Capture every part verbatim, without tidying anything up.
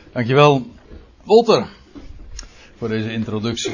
Dankjewel, Walter, voor deze introductie.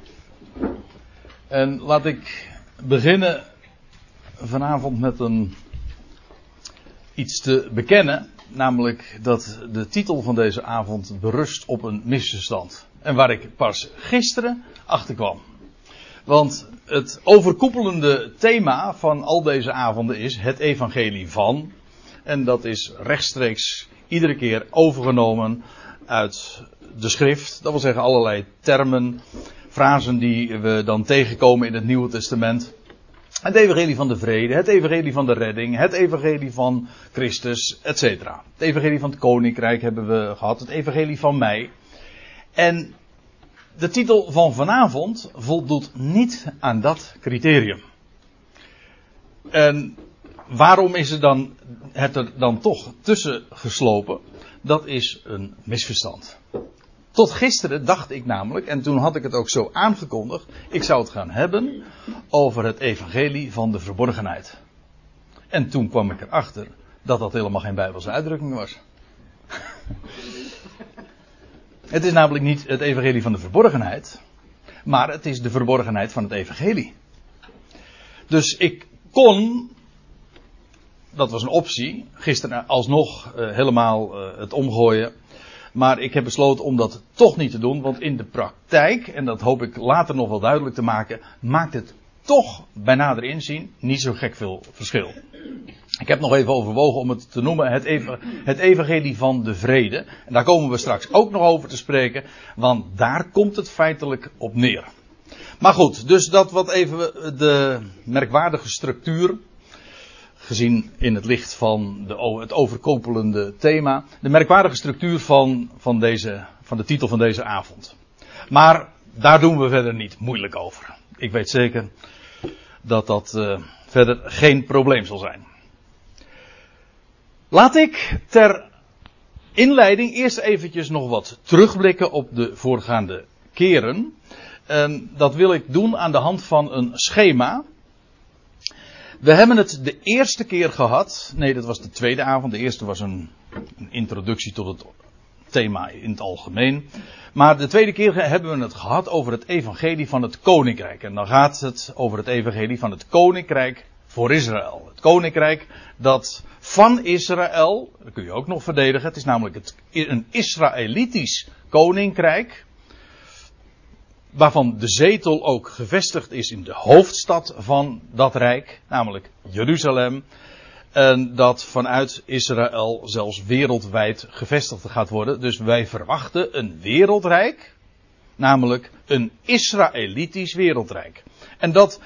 En laat ik beginnen vanavond met een iets te bekennen, namelijk dat de titel van deze avond berust op een misverstand. En waar ik pas gisteren achter kwam. Want het overkoepelende thema van al deze avonden is het evangelie van. En dat is rechtstreeks iedere keer overgenomen uit de schrift. Dat wil zeggen allerlei termen, frasen die we dan tegenkomen in het Nieuwe Testament. Het evangelie van de vrede, het evangelie van de redding, het evangelie van Christus, et cetera. Het evangelie van het koninkrijk hebben we gehad, het evangelie van mij. En de titel van vanavond voldoet niet aan dat criterium. En waarom is er dan, het er dan toch tussen geslopen? Dat is een misverstand. Tot gisteren dacht ik namelijk, en toen had ik het ook zo aangekondigd, ik zou het gaan hebben over het evangelie van de verborgenheid. En toen kwam ik erachter dat dat helemaal geen Bijbelse uitdrukking was. Het is namelijk niet het evangelie van de verborgenheid, maar het is de verborgenheid van het evangelie. Dus ik kon, dat was een optie, gisteren alsnog uh, helemaal uh, het omgooien. Maar ik heb besloten om dat toch niet te doen, want in de praktijk, en dat hoop ik later nog wel duidelijk te maken, maakt het toch bij nader inzien niet zo gek veel verschil. Ik heb nog even overwogen om het te noemen het, eva- het evangelie van de vrede. En daar komen we straks ook nog over te spreken, want daar komt het feitelijk op neer. Maar goed, dus dat wat even de merkwaardige structuur, gezien in het licht van de, het overkoepelende thema, de merkwaardige structuur van, van, deze, van de titel van deze avond. Maar daar doen we verder niet moeilijk over. Ik weet zeker dat dat uh, verder geen probleem zal zijn. Laat ik ter inleiding eerst eventjes nog wat terugblikken op de voorgaande keren. En dat wil ik doen aan de hand van een schema. We hebben het de eerste keer gehad. Nee, dat was de tweede avond. De eerste was een, een introductie tot het thema in het algemeen. Maar de tweede keer hebben we het gehad over het evangelie van het koninkrijk. En dan gaat het over het evangelie van het koninkrijk voor Israël. Het koninkrijk dat van Israël, dat kun je ook nog verdedigen. Het is namelijk het, een Israëlitisch koninkrijk. Waarvan de zetel ook gevestigd is in de hoofdstad van dat rijk, namelijk Jeruzalem. En dat vanuit Israël zelfs wereldwijd gevestigd gaat worden. Dus wij verwachten een wereldrijk, namelijk een Israëlitisch wereldrijk. En dat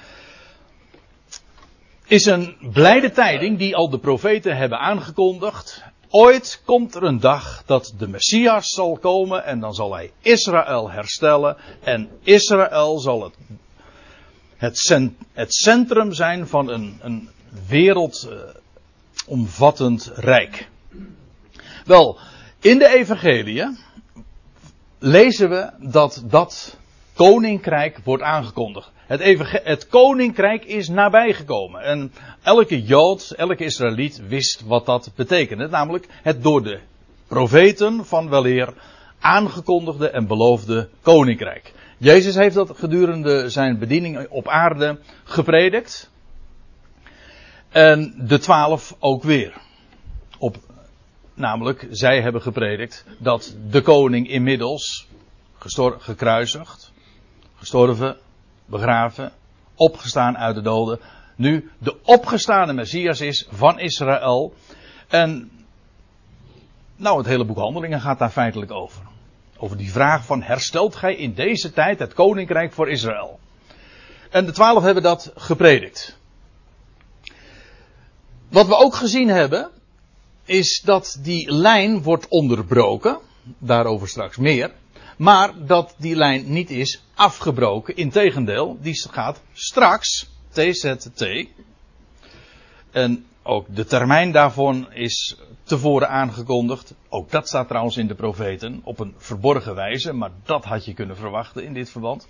is een blijde tijding die al de profeten hebben aangekondigd. Ooit komt er een dag dat de Messias zal komen en dan zal hij Israël herstellen. En Israël zal het, het, cent, het centrum zijn van een, een wereldomvattend uh, rijk. Wel, in de evangeliën lezen we dat dat koninkrijk wordt aangekondigd. Het, evang- het koninkrijk is nabijgekomen. En elke Jood, elke Israëliet wist wat dat betekende. Namelijk het door de profeten van weleer aangekondigde en beloofde koninkrijk. Jezus heeft dat gedurende zijn bediening op aarde gepredikt. En de twaalf ook weer. Op, namelijk, zij hebben gepredikt dat de koning inmiddels gestor- gekruisigd, gestorven, begraven, opgestaan uit de doden, nu de opgestane Messias is van Israël. En nou, het hele boek Handelingen gaat daar feitelijk over. Over die vraag van, herstelt gij in deze tijd het koninkrijk voor Israël? En de twaalf hebben dat gepredikt. Wat we ook gezien hebben, is dat die lijn wordt onderbroken. Daarover straks meer. Maar dat die lijn niet is afgebroken. Integendeel, die gaat straks, T Z T. En ook de termijn daarvan is tevoren aangekondigd. Ook dat staat trouwens in de profeten. Op een verborgen wijze. Maar dat had je kunnen verwachten in dit verband.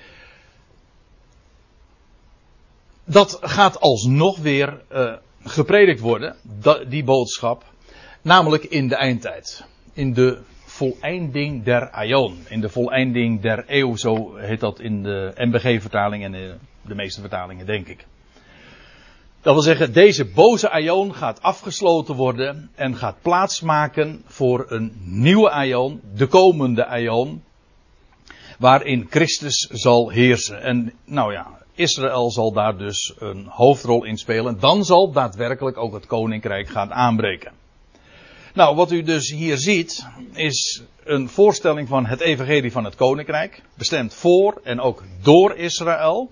Dat gaat alsnog weer uh, gepredikt worden. Da- die boodschap. Namelijk in de eindtijd. In de voleinding der aion. In de voleinding der eeuw, zo heet dat in de M B G-vertaling en de, de meeste vertalingen, denk ik. Dat wil zeggen, deze boze aion gaat afgesloten worden en gaat plaatsmaken voor een nieuwe aion, de komende aion, waarin Christus zal heersen. En nou ja, Israël zal daar dus een hoofdrol in spelen. Dan zal daadwerkelijk ook het koninkrijk gaan aanbreken. Nou, wat u dus hier ziet, is een voorstelling van het evangelie van het koninkrijk. Bestemd voor en ook door Israël.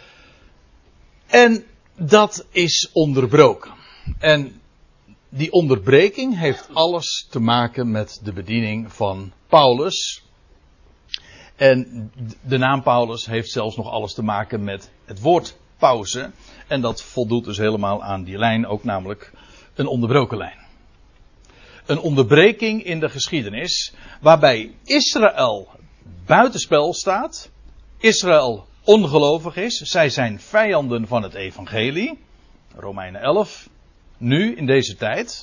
En dat is onderbroken. En die onderbreking heeft alles te maken met de bediening van Paulus. En de naam Paulus heeft zelfs nog alles te maken met het woord pauze. En dat voldoet dus helemaal aan die lijn, ook namelijk een onderbroken lijn. Een onderbreking in de geschiedenis, waarbij Israël buitenspel staat. Israël ongelovig is. Zij zijn vijanden van het evangelie. Romeinen elf. Nu, in deze tijd.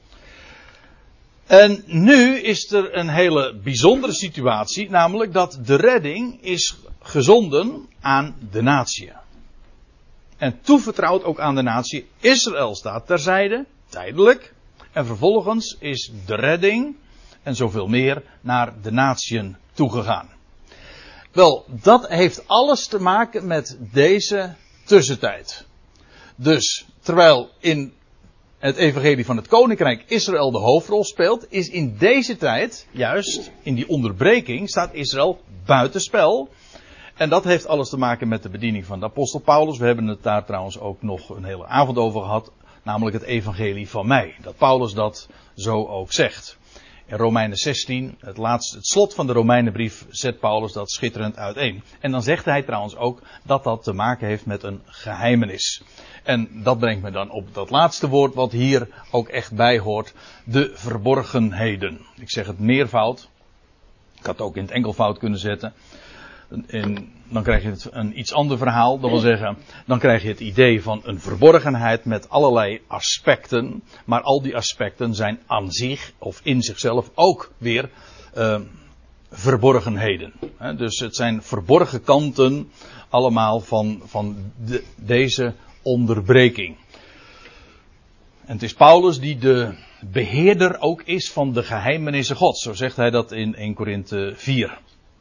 En nu is er een hele bijzondere situatie, namelijk dat de redding is gezonden aan de natie. En toevertrouwd ook aan de natie. Israël staat terzijde, tijdelijk. En vervolgens is de redding en zoveel meer naar de natieën toegegaan. Wel, dat heeft alles te maken met deze tussentijd. Dus, terwijl in het evangelie van het koninkrijk Israël de hoofdrol speelt, is in deze tijd, juist in die onderbreking, staat Israël buitenspel. En dat heeft alles te maken met de bediening van de apostel Paulus. We hebben het daar trouwens ook nog een hele avond over gehad, namelijk het evangelie van mij. Dat Paulus dat zo ook zegt. In Romeinen zestien, het, laatste, het slot van de Romeinenbrief, zet Paulus dat schitterend uiteen. En dan zegt hij trouwens ook dat dat te maken heeft met een geheimenis. En dat brengt me dan op dat laatste woord wat hier ook echt bij hoort. De verborgenheden. Ik zeg het meervoud. Ik had het ook in het enkelvoud kunnen zetten. En dan krijg je het een iets ander verhaal. Dat wil zeggen, dan krijg je het idee van een verborgenheid met allerlei aspecten. Maar al die aspecten zijn aan zich of in zichzelf ook weer uh, verborgenheden. He, dus het zijn verborgen kanten allemaal van, van de, deze onderbreking. En het is Paulus die de beheerder ook is van de geheimenissen Gods. Zo zegt hij dat in Eerste Korinthe vier.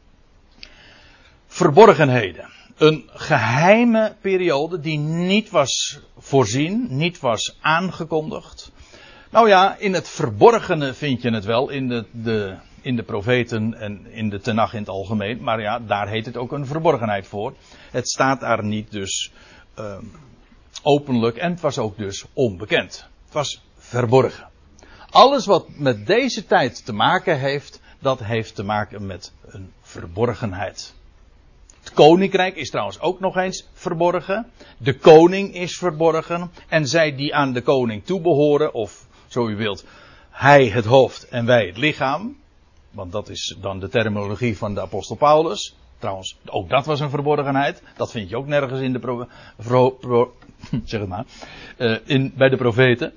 Verborgenheden. Een geheime periode die niet was voorzien, niet was aangekondigd. Nou ja, in het verborgene vind je het wel, in de, de, in de profeten en in de Tenach in het algemeen. Maar ja, daar heet het ook een verborgenheid voor. Het staat daar niet dus uh, openlijk en het was ook dus onbekend. Het was verborgen. Alles wat met deze tijd te maken heeft, dat heeft te maken met een verborgenheid. Het koninkrijk is trouwens ook nog eens verborgen. De koning is verborgen. En zij die aan de koning toebehoren, of zo u wilt, hij het hoofd en wij het lichaam. Want dat is dan de terminologie van de apostel Paulus. Trouwens, ook dat was een verborgenheid. Dat vind je ook nergens in de pro, pro, pro, zeg het maar, uh, in, bij de profeten.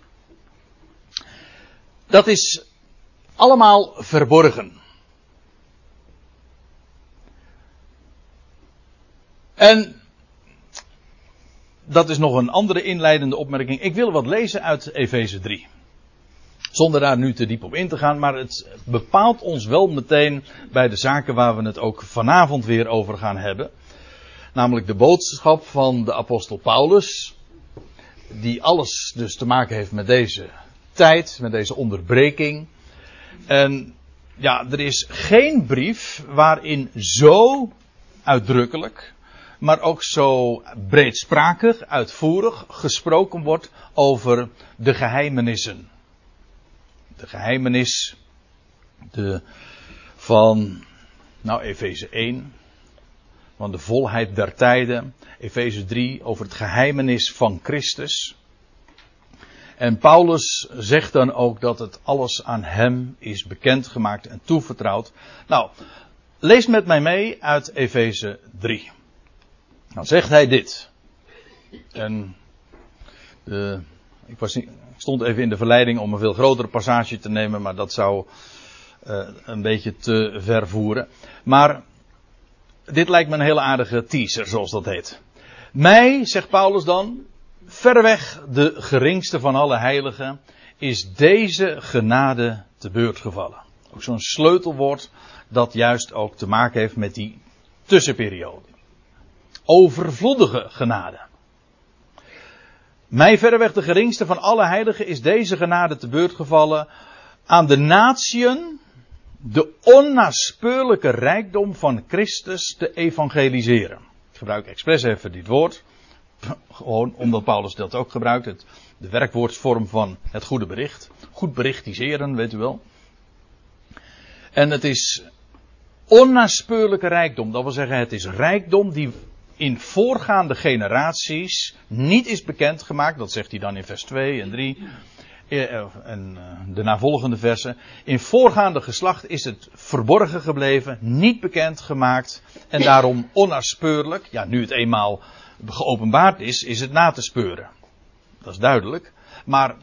Dat is allemaal verborgen. En dat is nog een andere inleidende opmerking. Ik wil wat lezen uit Efeze drie. Zonder daar nu te diep op in te gaan, maar het bepaalt ons wel meteen bij de zaken waar we het ook vanavond weer over gaan hebben. Namelijk de boodschap van de apostel Paulus, die alles dus te maken heeft met deze tijd, met deze onderbreking. En ja, er is geen brief waarin zo uitdrukkelijk, maar ook zo breedsprakig, uitvoerig gesproken wordt over de geheimenissen. De geheimenis de, van, nou, Efeze één, van de volheid der tijden. Efeze drie, over het geheimenis van Christus. En Paulus zegt dan ook dat het alles aan hem is bekendgemaakt en toevertrouwd. Nou, lees met mij mee uit Efeze drie. Dan zegt hij dit. En de, ik, was niet, ik stond even in de verleiding om een veel grotere passage te nemen, maar dat zou uh, een beetje te vervoeren. Maar dit lijkt me een hele aardige teaser, zoals dat heet. Mij, zegt Paulus dan, verreweg de geringste van alle heiligen, is deze genade te beurt gevallen. Ook zo'n sleutelwoord dat juist ook te maken heeft met die tussenperiode. Overvloedige genade. Mij verreweg de geringste van alle heiligen is deze genade te beurt gevallen, aan de natieën de onnaspeurlijke rijkdom van Christus te evangeliseren. Ik gebruik expres even dit woord, gewoon omdat Paulus dat ook gebruikt, het, de werkwoordsvorm van het goede bericht. Goed berichtiseren, weet u wel. En het is onnaspeurlijke rijkdom, dat wil zeggen het is rijkdom die in voorgaande generaties niet is bekendgemaakt. Dat zegt hij dan in vers twee en drie. En de navolgende versen. In voorgaande geslacht is het verborgen gebleven, niet bekendgemaakt. En daarom onnaspeurlijk. Ja, nu het eenmaal geopenbaard is, is het na te speuren. Dat is duidelijk. Maar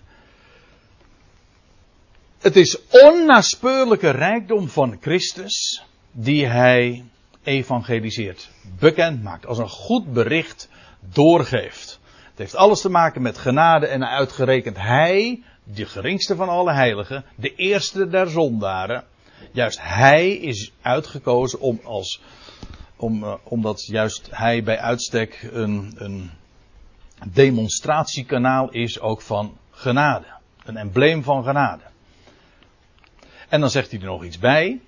het is onnaspeurlijke rijkdom van Christus die hij evangeliseert, bekend maakt, als een goed bericht doorgeeft. Het heeft alles te maken met genade en uitgerekend hij, de geringste van alle heiligen, de eerste der zondaren, juist hij is uitgekozen om als, om, uh, omdat juist hij bij uitstek een, een demonstratiekanaal is ook van genade. Een embleem van genade. En dan zegt hij er nog iets bij.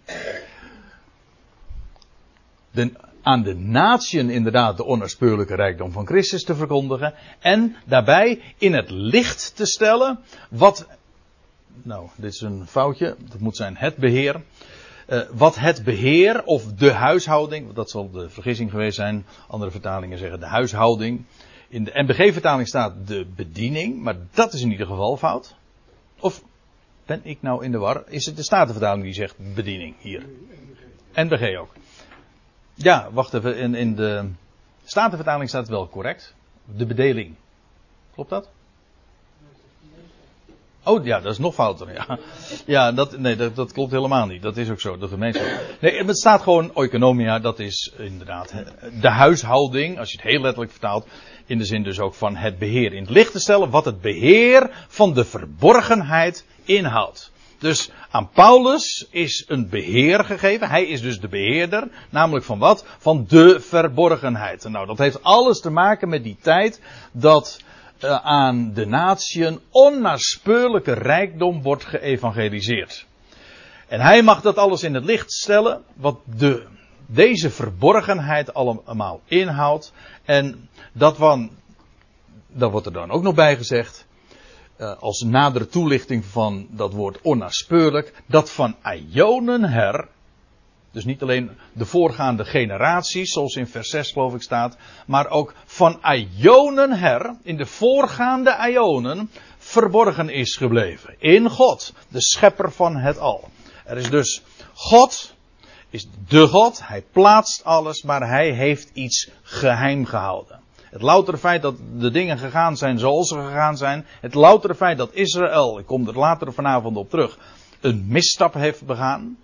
De, aan de natieën inderdaad de onnaspeurlijke rijkdom van Christus te verkondigen. En daarbij in het licht te stellen wat, nou dit is een foutje, dat moet zijn het beheer. Uh, wat het beheer of de huishouding, dat zal de vergissing geweest zijn. Andere vertalingen zeggen de huishouding. In de N B G-vertaling staat de bediening, maar dat is in ieder geval fout. Of ben ik nou in de war? Is het de Statenvertaling die zegt bediening hier? N B G ook. Ja, wacht even. In, in de Statenvertaling staat het wel correct. De bedeling. Klopt dat? Oh ja, dat is nog fouter. Ja, ja dat, nee, dat, dat klopt helemaal niet. Dat is ook zo, de gemeenschap. Nee, het staat gewoon oikonomia. Dat is inderdaad de huishouding, als je het heel letterlijk vertaalt. In de zin dus ook van het beheer in het licht te stellen. Wat het beheer van de verborgenheid inhoudt. Dus aan Paulus is een beheer gegeven. Hij is dus de beheerder. Namelijk van wat? Van de verborgenheid. En nou, dat heeft alles te maken met die tijd dat uh, aan de natieën onnaspeurlijke rijkdom wordt geëvangeliseerd. En hij mag dat alles in het licht stellen. Wat de, deze verborgenheid allemaal inhoudt. En dat, van, dat wordt er dan ook nog bij gezegd. Uh, als nadere toelichting van dat woord onnaspeurlijk, dat van aionen her, dus niet alleen de voorgaande generaties, zoals in vers zes geloof ik staat, maar ook van aionen her, in de voorgaande aionen, verborgen is gebleven. In God, de schepper van het al. Er is dus God, is de God, hij plaatst alles, maar hij heeft iets geheim gehouden. Het loutere feit dat de dingen gegaan zijn zoals ze gegaan zijn. Het loutere feit dat Israël, ik kom er later vanavond op terug, een misstap heeft begaan.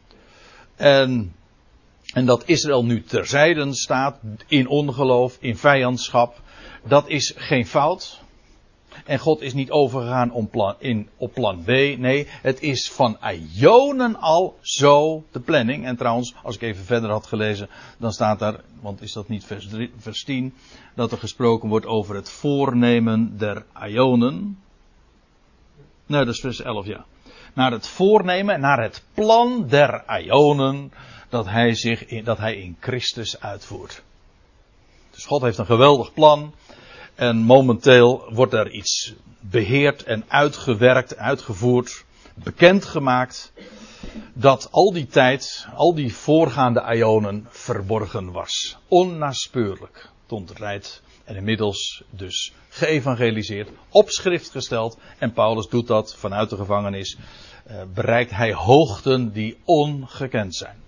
En, en dat Israël nu terzijde staat in ongeloof, in vijandschap. Dat is geen fout. En God is niet overgegaan om plan, in, op plan B. Nee, het is van aionen al zo de planning. En trouwens, als ik even verder had gelezen, dan staat daar, want is dat niet vers, drie, vers tien, dat er gesproken wordt over het voornemen der aionen. Nee, dat is vers elf, ja. Naar het voornemen, naar het plan der aionen, dat hij zich in, dat hij in Christus uitvoert. Dus God heeft een geweldig plan. En momenteel wordt er iets beheerd en uitgewerkt, uitgevoerd, bekendgemaakt, dat al die tijd, al die voorgaande aionen verborgen was. Onnaspeurlijk tot de tijd en inmiddels dus geëvangeliseerd, op schrift gesteld. En Paulus doet dat vanuit de gevangenis, uh, bereikt hij hoogten die ongekend zijn.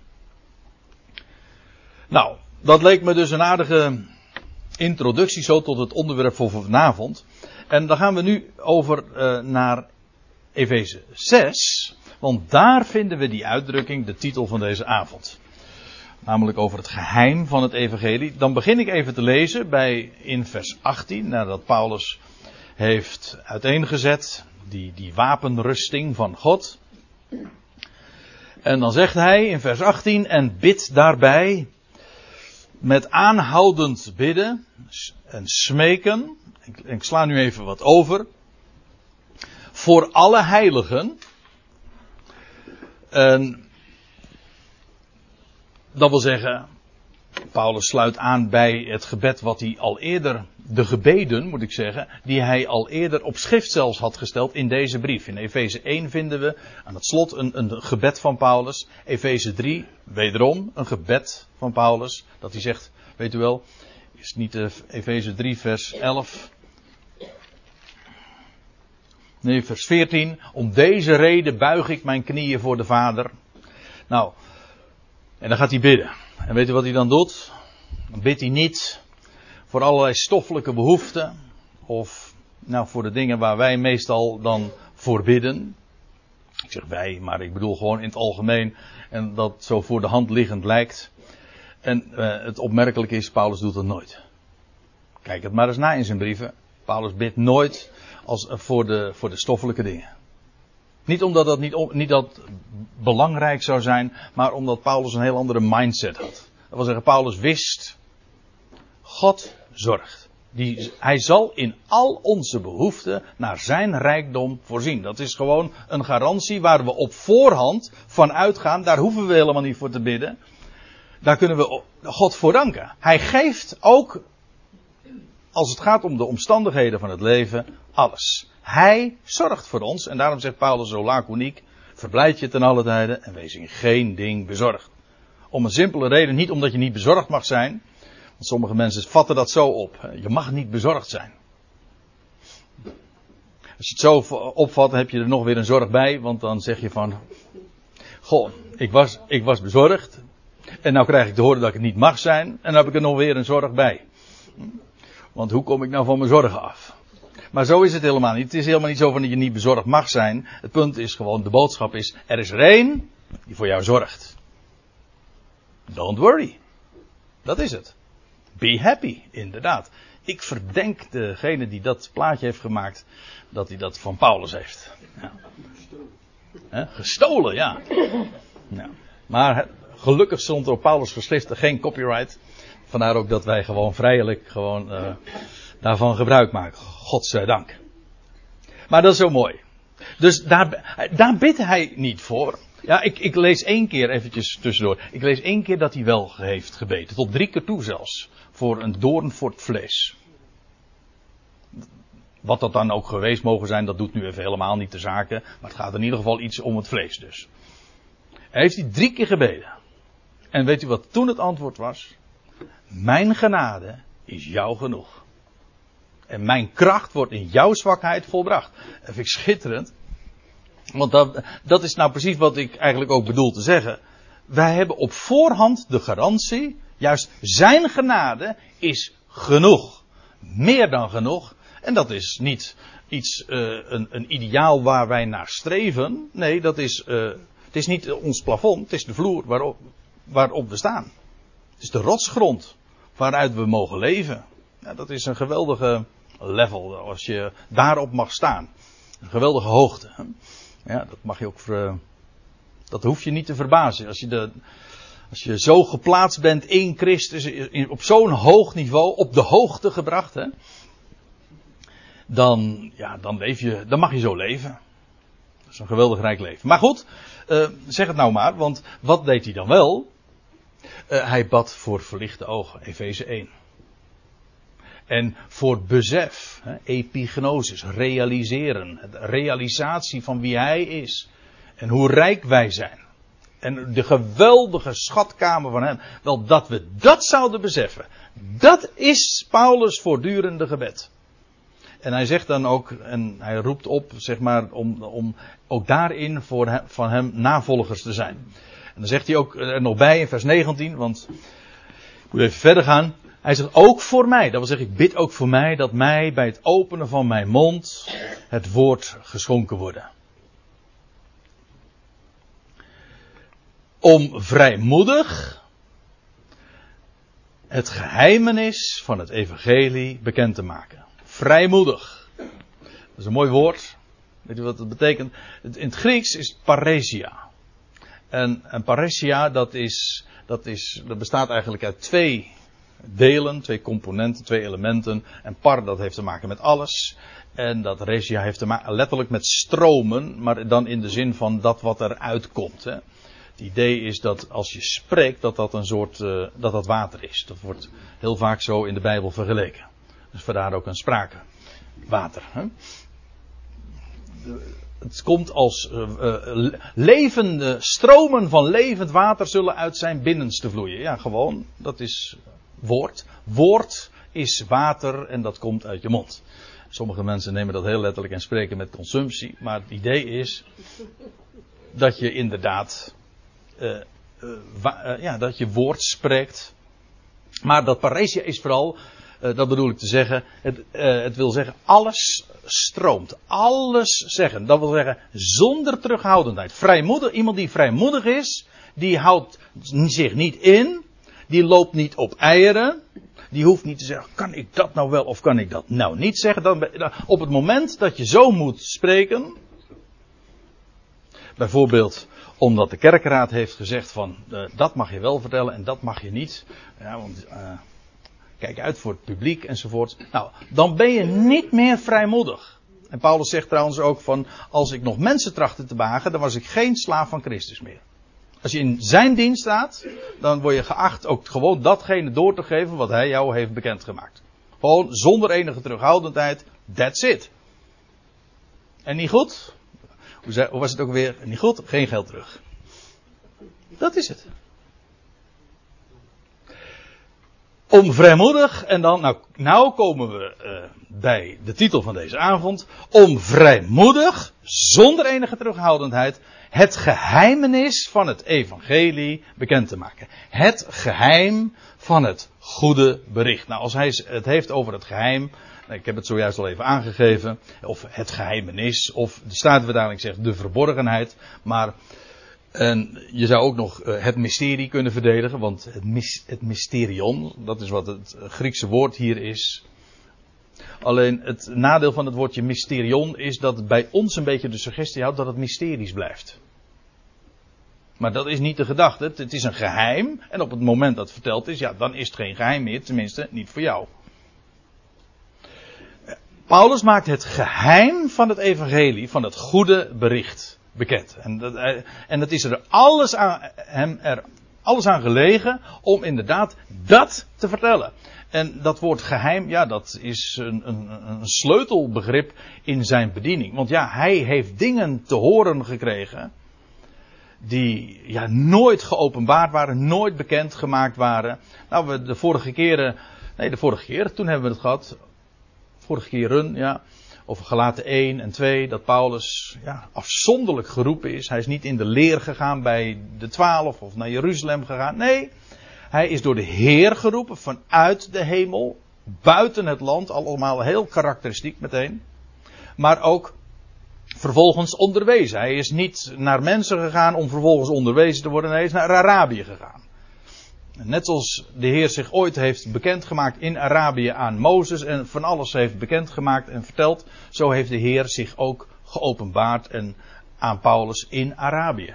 Nou, dat leek me dus een aardige introductie zo tot het onderwerp voor vanavond. En dan gaan we nu over uh, naar Efeze zes. Want daar vinden we die uitdrukking, de titel van deze avond. Namelijk over het geheim van het evangelie. Dan begin ik even te lezen bij in vers achttien. Nadat Paulus heeft uiteengezet die, die wapenrusting van God. En dan zegt hij in vers achttien. En bid daarbij met aanhoudend bidden en smeken. Ik, ik sla nu even wat over. Voor alle heiligen. En dat wil zeggen, Paulus sluit aan bij het gebed wat hij al eerder, de gebeden moet ik zeggen, die hij al eerder op schrift zelfs had gesteld in deze brief. In Efeze één vinden we aan het slot een, een gebed van Paulus. Efeze drie, wederom een gebed van Paulus. Dat hij zegt, weet u wel, is niet uh, Efeze drie vers elf. Nee, vers veertien. Om deze reden buig ik mijn knieën voor de Vader. Nou, en dan gaat hij bidden. En weet u wat hij dan doet? Dan bidt hij niet voor allerlei stoffelijke behoeften. Of nou voor de dingen waar wij meestal dan voor bidden. Ik zeg wij, maar ik bedoel gewoon in het algemeen. En dat zo voor de hand liggend lijkt. En uh, het opmerkelijke is, Paulus doet dat nooit. Kijk het maar eens na in zijn brieven. Paulus bidt nooit als, uh, voor, de, voor de stoffelijke dingen. Niet omdat dat niet, niet dat belangrijk zou zijn, maar omdat Paulus een heel andere mindset had. Dat wil zeggen, Paulus wist, God zorgt. Die, hij zal in al onze behoeften naar zijn rijkdom voorzien. Dat is gewoon een garantie waar we op voorhand van uitgaan. Daar hoeven we helemaal niet voor te bidden. Daar kunnen we God voor danken. Hij geeft ook, als het gaat om de omstandigheden van het leven, alles. Hij zorgt voor ons. En daarom zegt Paulus zo laconiek, verblijd je ten alle tijden en wees in geen ding bezorgd. Om een simpele reden, niet omdat je niet bezorgd mag zijn. Want sommige mensen vatten dat zo op. Je mag niet bezorgd zijn. Als je het zo opvat, heb je er nog weer een zorg bij. Want dan zeg je van, goh, ik was, ik was bezorgd. En nou krijg ik te horen dat ik het niet mag zijn. En dan heb ik er nog weer een zorg bij. Want hoe kom ik nou van mijn zorgen af? Maar zo is het helemaal niet. Het is helemaal niet zo van dat je niet bezorgd mag zijn. Het punt is gewoon, de boodschap is, er is er één die voor jou zorgt. Don't worry. Dat is het. Be happy, inderdaad. Ik verdenk degene die dat plaatje heeft gemaakt, dat hij dat van Paulus heeft. Ja. He, gestolen, ja. Ja. Maar gelukkig stond er op Paulus' geschriften geen copyright. Vandaar ook dat wij gewoon vrijelijk gewoon uh, daarvan gebruik maken. Godzijdank. Maar dat is zo mooi. Dus daar, daar bidt hij niet voor. Ja, ik, ik lees één keer eventjes tussendoor. Ik lees één keer dat hij wel heeft gebeden. Tot drie keer toe zelfs. Voor een doorn voor het vlees. Wat dat dan ook geweest mogen zijn, dat doet nu even helemaal niet de zaken. Maar het gaat in ieder geval iets om het vlees dus. Hij heeft hij drie keer gebeden. En weet u wat toen het antwoord was? Mijn genade is jou genoeg. En mijn kracht wordt in jouw zwakheid volbracht. Dat vind ik schitterend. Want dat, dat is nou precies wat ik eigenlijk ook bedoel te zeggen. Wij hebben op voorhand de garantie. Juist zijn genade is genoeg. Meer dan genoeg. En dat is niet iets, uh, een, een ideaal waar wij naar streven. Nee, dat is, uh, het is niet ons plafond. Het is de vloer waarop, waarop we staan. Het is de rotsgrond waaruit we mogen leven. Ja, dat is een geweldige level als je daarop mag staan. Een geweldige hoogte. Ja, dat mag je ook. Uh, dat hoef je niet te verbazen. Als je, de, als je zo geplaatst bent in Christus, in, op zo'n hoog niveau, op de hoogte gebracht, hè, dan, ja, dan, leef je, dan mag je zo leven. Dat is een geweldig rijk leven. Maar goed, uh, zeg het nou maar, want wat deed hij dan wel? Uh, hij bad voor verlichte ogen, Efeze één. En voor besef, hè, epignosis, realiseren, de realisatie van wie hij is. En hoe rijk wij zijn. En de geweldige schatkamer van hem. Wel, dat we dat zouden beseffen. Dat is Paulus' voortdurende gebed. En hij zegt dan ook, en hij roept op, zeg maar, om, om ook daarin voor hem, van hem navolgers te zijn. En dan zegt hij ook er nog bij in vers negentien, want ik moet even verder gaan. Hij zegt ook voor mij, dat wil zeggen, ik bid ook voor mij, dat mij bij het openen van mijn mond het woord geschonken worden. om vrijmoedig het geheimenis van het evangelie bekend te maken. Vrijmoedig. Dat is een mooi woord. Weet u wat dat betekent? In het Grieks is het parousia. En, en parousia, dat is, dat is, dat bestaat eigenlijk uit twee delen, twee componenten, twee elementen. En par, dat heeft te maken met alles. En dat resia heeft te maken letterlijk met stromen, maar dan in de zin van dat wat eruit komt. Hè. Het idee is dat als je spreekt, dat dat een soort, uh, dat dat water is. Dat wordt heel vaak zo in de Bijbel vergeleken. Dus vandaar ook een sprake. Water. Hè. De, het komt als uh, uh, levende stromen van levend water zullen uit zijn binnenste vloeien. Ja, gewoon. Dat is woord. Woord is water en dat komt uit je mond. Sommige mensen nemen dat heel letterlijk en spreken met consumptie. Maar het idee is dat je inderdaad uh, uh, wa- uh, ja, dat je woord spreekt. Maar dat parousia is vooral, uh, dat bedoel ik te zeggen, het, uh, het wil zeggen alles stroomt. Alles zeggen. Dat wil zeggen zonder terughoudendheid. Vrijmoedig, iemand die vrijmoedig is, die houdt zich niet in. Die loopt niet op eieren. Die hoeft niet te zeggen, kan ik dat nou wel of kan ik dat nou niet zeggen. Dan, op het moment dat je zo moet spreken. Bijvoorbeeld omdat de kerkraad heeft gezegd van uh, dat mag je wel vertellen en dat mag je niet. Ja, want uh, kijk uit voor het publiek enzovoort. Nou, dan ben je niet meer vrijmoedig. En Paulus zegt trouwens ook van als ik nog mensen trachtte te behagen, dan was ik geen slaaf van Christus meer. Als je in zijn dienst staat, dan word je geacht ook gewoon datgene door te geven wat hij jou heeft bekendgemaakt. Gewoon zonder enige terughoudendheid, that's it. En niet goed? Hoe, zei, hoe was het ook weer? Niet goed? Geen geld terug. Dat is het. Om vrijmoedig, en dan, nou, nou komen we uh, bij de titel van deze avond. Om vrijmoedig, zonder enige terughoudendheid, het geheimenis van het evangelie bekend te maken. Het geheim van het goede bericht. Nou, als hij het heeft over het geheim, ik heb het zojuist al even aangegeven, of het geheimenis, of de Statenvertaling zegt de verborgenheid, maar en je zou ook nog uh, het mysterie kunnen verdedigen, want het, mis, het mysterion, dat is wat het Griekse woord hier is. Alleen het nadeel van het woordje mysterion is dat het bij ons een beetje de suggestie houdt dat het mysterisch blijft. Maar dat is niet de gedachte. Het is een geheim. En op het moment dat het verteld is, ja, dan is het geen geheim meer. Tenminste, niet voor jou. Paulus maakt het geheim van het evangelie, van het goede bericht, bekend. En dat, en dat is er alles aan, hem er alles aan gelegen om inderdaad dat te vertellen. En dat woord geheim, ja, dat is een, een, een sleutelbegrip in zijn bediening. Want ja, hij heeft dingen te horen gekregen die ja nooit geopenbaard waren, nooit bekend gemaakt waren. Nou, we de vorige keren, nee, de vorige keer, toen hebben we het gehad, vorige keren, ja, over Galaten één en twee, dat Paulus ja, afzonderlijk geroepen is. Hij is niet in de leer gegaan bij de twaalf of naar Jeruzalem gegaan. Nee, hij is door de Heer geroepen vanuit de hemel, buiten het land, allemaal heel karakteristiek meteen. Maar ook vervolgens onderwezen. Hij is niet naar mensen gegaan om vervolgens onderwezen te worden. Hij is naar Arabië gegaan. Net zoals de Heer zich ooit heeft bekendgemaakt in Arabië aan Mozes en van alles heeft bekendgemaakt en verteld, zo heeft de Heer zich ook geopenbaard en aan Paulus in Arabië.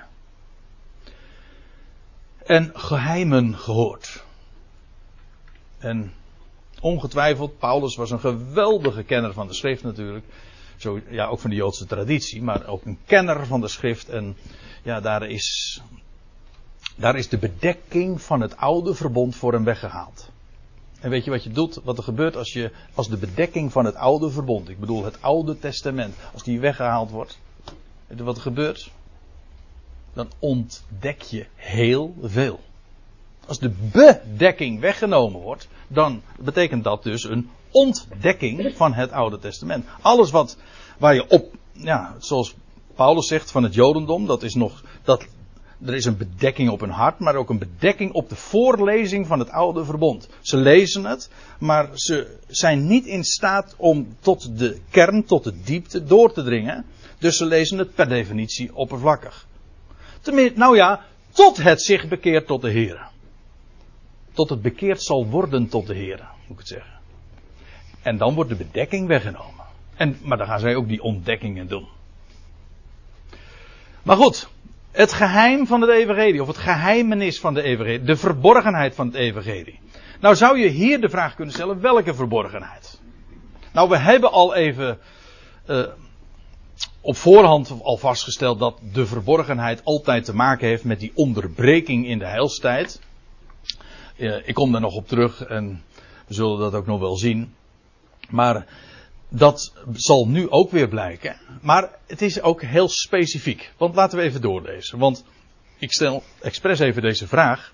En geheimen gehoord. En ongetwijfeld, Paulus was een geweldige kenner van de schrift natuurlijk. Zo, ja, ook van de Joodse traditie, maar ook een kenner van de schrift. En ja, daar is, daar is de bedekking van het oude verbond voor hem weggehaald. En weet je wat je doet, wat er gebeurt als je, als de bedekking van het oude verbond, ik bedoel het oude testament, als die weggehaald wordt. Weet je wat er gebeurt? Dan ontdek je heel veel. Als de bedekking weggenomen wordt, dan betekent dat dus een ontdekking van het Oude Testament. Alles wat, waar je op, ja, zoals Paulus zegt van het Jodendom, dat is nog, dat, er is een bedekking op hun hart, maar ook een bedekking op de voorlezing van het Oude Verbond. Ze lezen het, maar ze zijn niet in staat om tot de kern, tot de diepte door te dringen. Dus ze lezen het per definitie oppervlakkig. Tenminste, nou ja, tot het zich bekeert tot de Heere. Tot het bekeerd zal worden tot de Heere, moet ik het zeggen. En dan wordt de bedekking weggenomen. En, maar dan gaan zij ook die ontdekkingen doen. Maar goed, het geheim van het evangelie, of het geheimenis van de evangelie, de verborgenheid van het evangelie. Nou zou je hier de vraag kunnen stellen, welke verborgenheid? Nou, we hebben al even uh, op voorhand al vastgesteld dat de verborgenheid altijd te maken heeft met die onderbreking in de heilstijd. Uh, ik kom daar nog op terug en we zullen dat ook nog wel zien. Maar dat zal nu ook weer blijken. Maar het is ook heel specifiek. Want laten we even doorlezen. Want ik stel expres even deze vraag.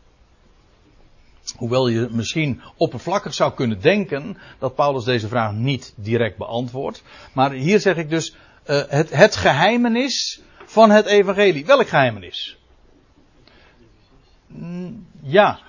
Hoewel je misschien oppervlakkig zou kunnen denken dat Paulus deze vraag niet direct beantwoordt. Maar hier zeg ik dus uh, het, het geheimenis van het evangelie. Welk geheimenis? Mm, ja.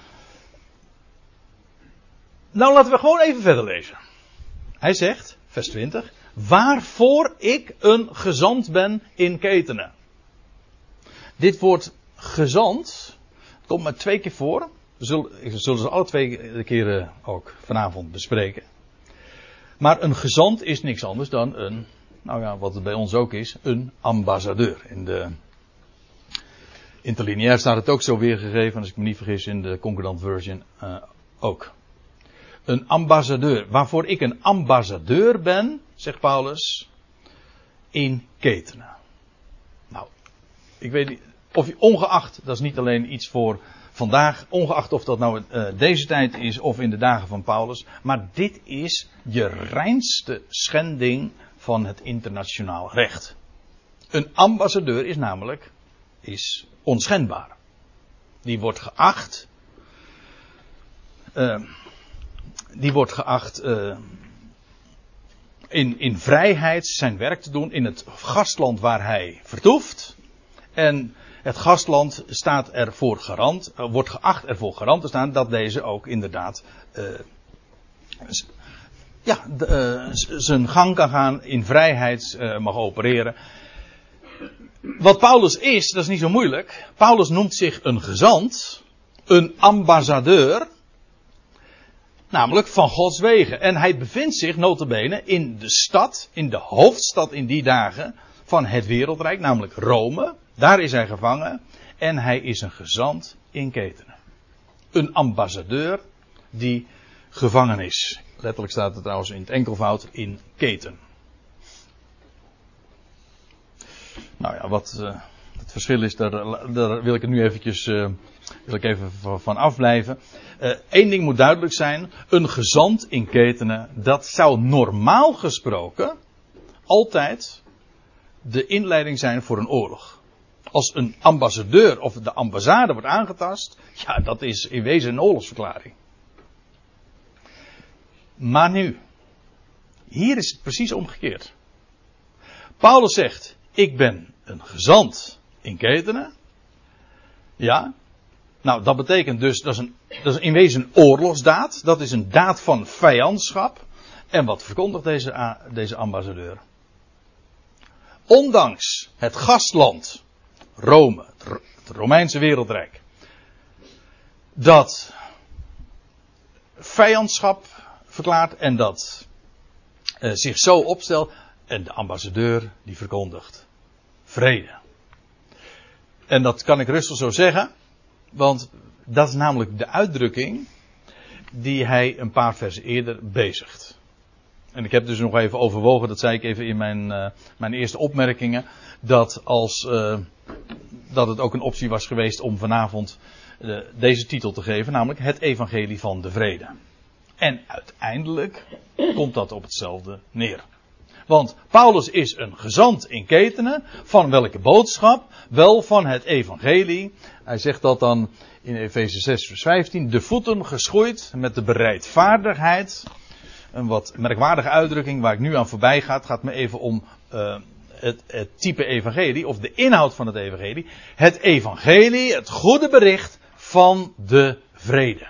Nou laten we gewoon even verder lezen. Hij zegt, vers twintig, waarvoor ik een gezant ben in ketenen. Dit woord gezant komt maar twee keer voor. We zullen, we zullen ze alle twee keren ook vanavond bespreken. Maar een gezant is niks anders dan een, nou ja, wat het bij ons ook is, een ambassadeur. In de interlineair staat het ook zo weergegeven, als ik me niet vergis, in de Concordant Version uh, ook. Een ambassadeur. Waarvoor ik een ambassadeur ben, zegt Paulus, in ketenen. Nou, ik weet niet, of ongeacht, dat is niet alleen iets voor vandaag, ongeacht of dat nou uh, deze tijd is of in de dagen van Paulus, maar dit is je reinste schending van het internationaal recht. Een ambassadeur is namelijk, is onschendbaar. Die wordt geacht, uh, die wordt geacht uh, in, in vrijheid zijn werk te doen in het gastland waar hij vertoeft. En het gastland staat ervoor garant, uh, wordt geacht ervoor garant te staan dat deze ook inderdaad uh, ja, de, uh, zijn gang kan gaan, in vrijheid uh, mag opereren. Wat Paulus is, dat is niet zo moeilijk. Paulus noemt zich een gezant, een ambassadeur, namelijk van Gods wegen. En hij bevindt zich nota bene in de stad, in de hoofdstad in die dagen van het wereldrijk, namelijk Rome. Daar is hij gevangen en hij is een gezant in ketenen. Een ambassadeur die gevangen is. Letterlijk staat het trouwens in het enkelvoud in keten. Nou ja, wat uh, het verschil is, daar, daar wil ik het nu eventjes uh, wil ik even van afblijven. Eén uh, ding moet duidelijk zijn. Een gezant in ketenen, dat zou normaal gesproken altijd de inleiding zijn voor een oorlog. Als een ambassadeur of de ambassade wordt aangetast, ja, dat is in wezen een oorlogsverklaring. Maar nu, hier is het precies omgekeerd. Paulus zegt, ik ben een gezant in ketenen. Ja, nou dat betekent dus, dat is, een, dat is in wezen een oorlogsdaad. Dat is een daad van vijandschap. En wat verkondigt deze, deze ambassadeur? Ondanks het gastland Rome, het Romeinse wereldrijk, dat vijandschap verklaart en dat uh, zich zo opstelt, en de ambassadeur die verkondigt vrede. En dat kan ik rustig zo zeggen, want dat is namelijk de uitdrukking die hij een paar versen eerder bezigt. En ik heb dus nog even overwogen, dat zei ik even in mijn, uh, mijn eerste opmerkingen, dat als uh, dat het ook een optie was geweest om vanavond uh, deze titel te geven, namelijk het evangelie van de vrede. En uiteindelijk komt dat op hetzelfde neer. Want Paulus is een gezant in ketenen, van welke boodschap? Wel van het evangelie. Hij zegt dat dan in Efeze zes vers vijftien, de voeten geschoeid met de bereidvaardigheid. Een wat merkwaardige uitdrukking waar ik nu aan voorbij ga. Het gaat me even om uh, het, het type evangelie, of de inhoud van het evangelie. Het evangelie, het goede bericht van de vrede.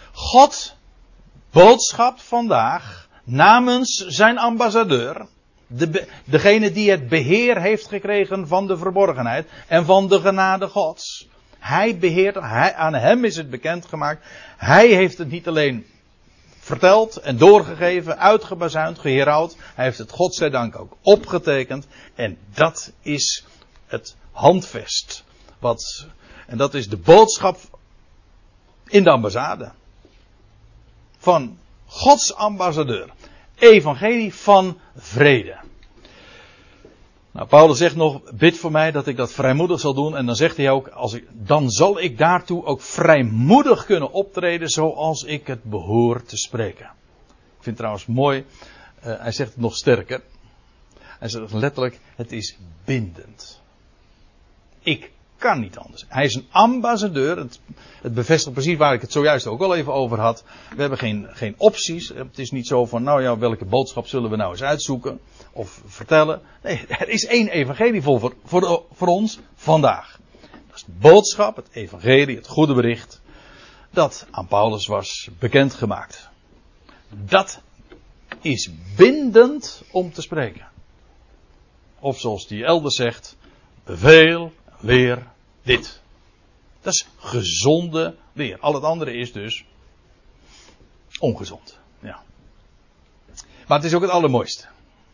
God boodschapt vandaag namens zijn ambassadeur, De, degene die het beheer heeft gekregen van de verborgenheid en van de genade Gods. Hij beheert, hij, aan hem is het bekendgemaakt. Hij heeft het niet alleen verteld en doorgegeven, uitgebazuind, geherald. Hij heeft het godzijdank ook opgetekend. En dat is het handvest. Wat, en dat is de boodschap in de ambassade. Van Gods ambassadeur. Evangelie van vrede. Nou, Paulus zegt nog, bid voor mij dat ik dat vrijmoedig zal doen. En dan zegt hij ook, als ik, dan zal ik daartoe ook vrijmoedig kunnen optreden zoals ik het behoor te spreken. Ik vind het trouwens mooi, uh, hij zegt het nog sterker. Hij zegt letterlijk, het is bindend. Ik kan niet anders. Hij is een ambassadeur. Het, het bevestigt precies waar ik het zojuist ook al even over had. We hebben geen, geen opties. Het is niet zo van, nou ja, welke boodschap zullen we nou eens uitzoeken of vertellen. Nee, er is één evangelie voor, voor, voor ons vandaag. Dat is de boodschap, het evangelie, het goede bericht, dat aan Paulus was bekendgemaakt. Dat is bindend om te spreken. Of zoals die elders zegt, beveel, leer dit. Dat is gezonde leer. Al het andere is dus ongezond. Ja. Maar het is ook het allermooiste.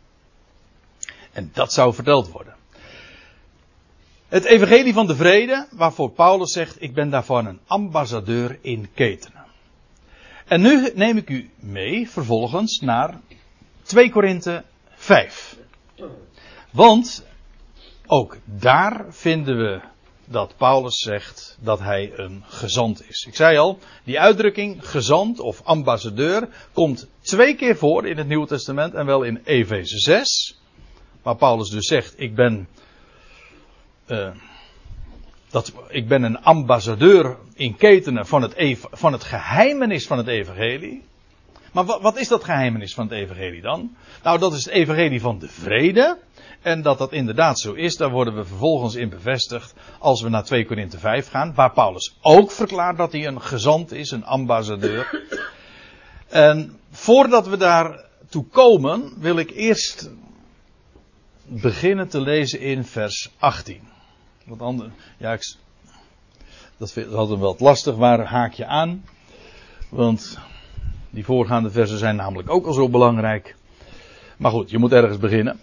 En dat zou verteld worden. Het evangelie van de vrede, waarvoor Paulus zegt, ik ben daarvan een ambassadeur in ketenen. En nu neem ik u mee, vervolgens, naar twee Korinthe vijf. Want ook daar vinden we dat Paulus zegt dat hij een gezant is. Ik zei al, die uitdrukking gezant of ambassadeur komt twee keer voor in het Nieuwe Testament en wel in Efeze zes. Waar Paulus dus zegt, ik ben, uh, dat, ik ben een ambassadeur in ketenen van het, ev- van het geheimenis van het evangelie. Maar wat, wat is dat geheimenis van het evangelie dan? Nou, dat is het evangelie van de vrede. En dat dat inderdaad zo is, daar worden we vervolgens in bevestigd als we naar twee Korinthe vijf gaan. Waar Paulus ook verklaart dat hij een gezant is, een ambassadeur. En voordat we daartoe komen, wil ik eerst beginnen te lezen in vers achttien. Wat anders, ja, ik, dat is altijd wel lastig, waar haak je aan? Want die voorgaande versen zijn namelijk ook al zo belangrijk. Maar goed, je moet ergens beginnen.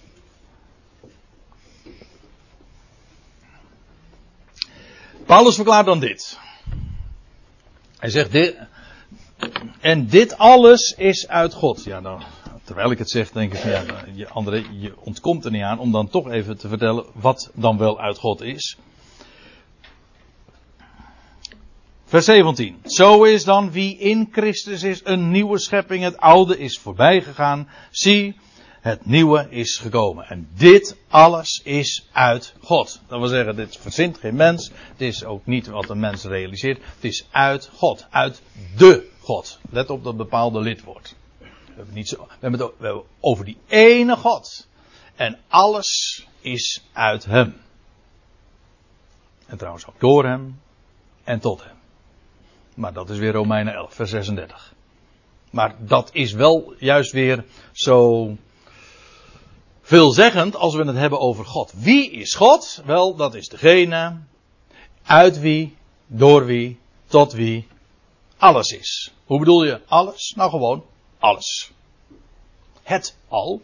Paulus verklaart dan dit. Hij zegt dit. En dit alles is uit God. Ja, nou, terwijl ik het zeg, denk ik van ja, je, André, je ontkomt er niet aan om dan toch even te vertellen wat dan wel uit God is. Vers zeventien. Zo is dan wie in Christus is een nieuwe schepping. Het oude is voorbij gegaan. Zie, het nieuwe is gekomen. En dit alles is uit God. Dat wil zeggen, dit verzint geen mens. Het is ook niet wat een mens realiseert. Het is uit God. Uit de God. Let op dat bepaalde lidwoord. We hebben, niet zo, we hebben het we hebben over die ene God. En alles is uit hem. En trouwens ook door hem en tot hem. Maar dat is weer Romeinen elf, vers zesendertig. Maar dat is wel juist weer zo veelzeggend als we het hebben over God. Wie is God? Wel, dat is degene uit wie, door wie, tot wie alles is. Hoe bedoel je alles? Nou gewoon alles. Het al.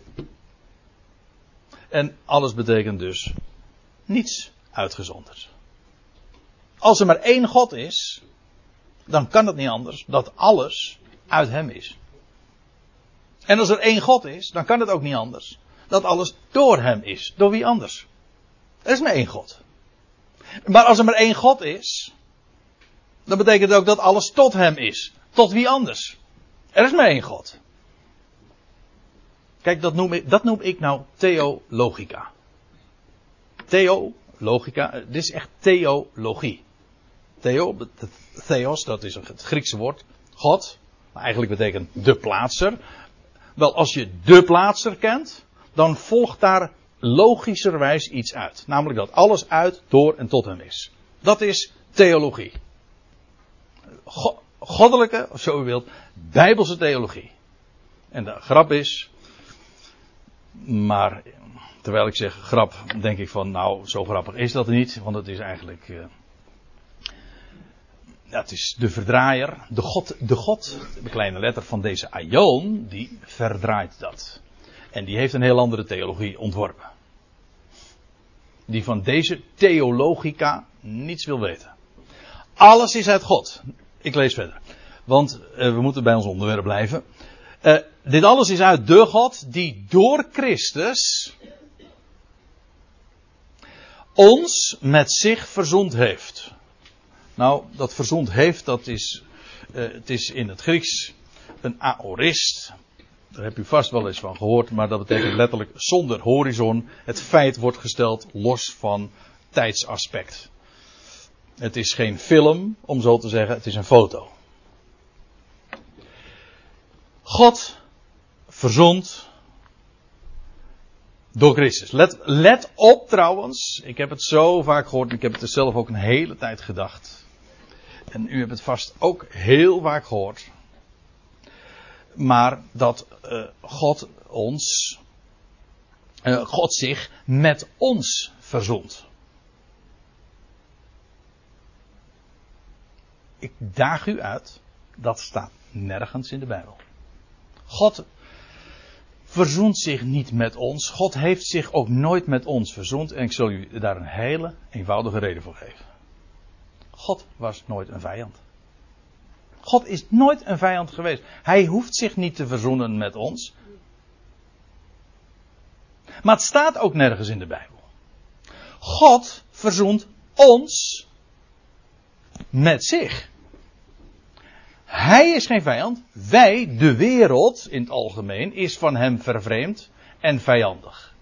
En alles betekent dus niets uitgezonderd. Als er maar één God is, dan kan het niet anders dat alles uit hem is. En als er één God is, dan kan het ook niet anders dat alles door hem is. Door wie anders? Er is maar één God. Maar als er maar één God is, dan betekent het ook dat alles tot hem is. Tot wie anders? Er is maar één God. Kijk, dat noem ik, dat noem ik nou theologica. Theologica, dit is echt theologie. Theo, theos, dat is het Griekse woord, God. Maar eigenlijk betekent de plaatser. Wel, als je de plaatser kent, dan volgt daar logischerwijs iets uit. Namelijk dat alles uit, door en tot hem is. Dat is theologie. Go- goddelijke, of zo u wilt, bijbelse theologie. En de grap is, Maar terwijl ik zeg grap, denk ik van nou, zo grappig is dat niet. Want het is eigenlijk... Uh, ja, het is de verdraaier. De God, de God, de kleine letter van deze aion, die verdraait dat. En die heeft een heel andere theologie ontworpen. Die van deze theologica niets wil weten. Alles is uit God. Ik lees verder. Want uh, we moeten bij ons onderwerp blijven. Uh, dit alles is uit de God die door Christus ons met zich verzond heeft. Nou, dat verzond heeft, dat is, uh, het is in het Grieks een aorist. Daar heb u vast wel eens van gehoord, maar dat betekent letterlijk zonder horizon. Het feit wordt gesteld los van tijdsaspect. Het is geen film, om zo te zeggen, het is een foto. God verzond door Christus. Let, let op trouwens, ik heb het zo vaak gehoord en ik heb het er zelf ook een hele tijd gedacht. En u hebt het vast ook heel vaak gehoord. Maar dat uh, God ons, uh, God zich met ons verzond. Ik daag u uit, dat staat nergens in de Bijbel. God verzoent zich niet met ons. God heeft zich ook nooit met ons verzoend. En ik zal u daar een hele eenvoudige reden voor geven. God was nooit een vijand. God is nooit een vijand geweest. Hij hoeft zich niet te verzoenen met ons. Maar het staat ook nergens in de Bijbel. God verzoent ons met zich. Hij is geen vijand. Wij, de wereld in het algemeen, is van hem vervreemd en vijandig.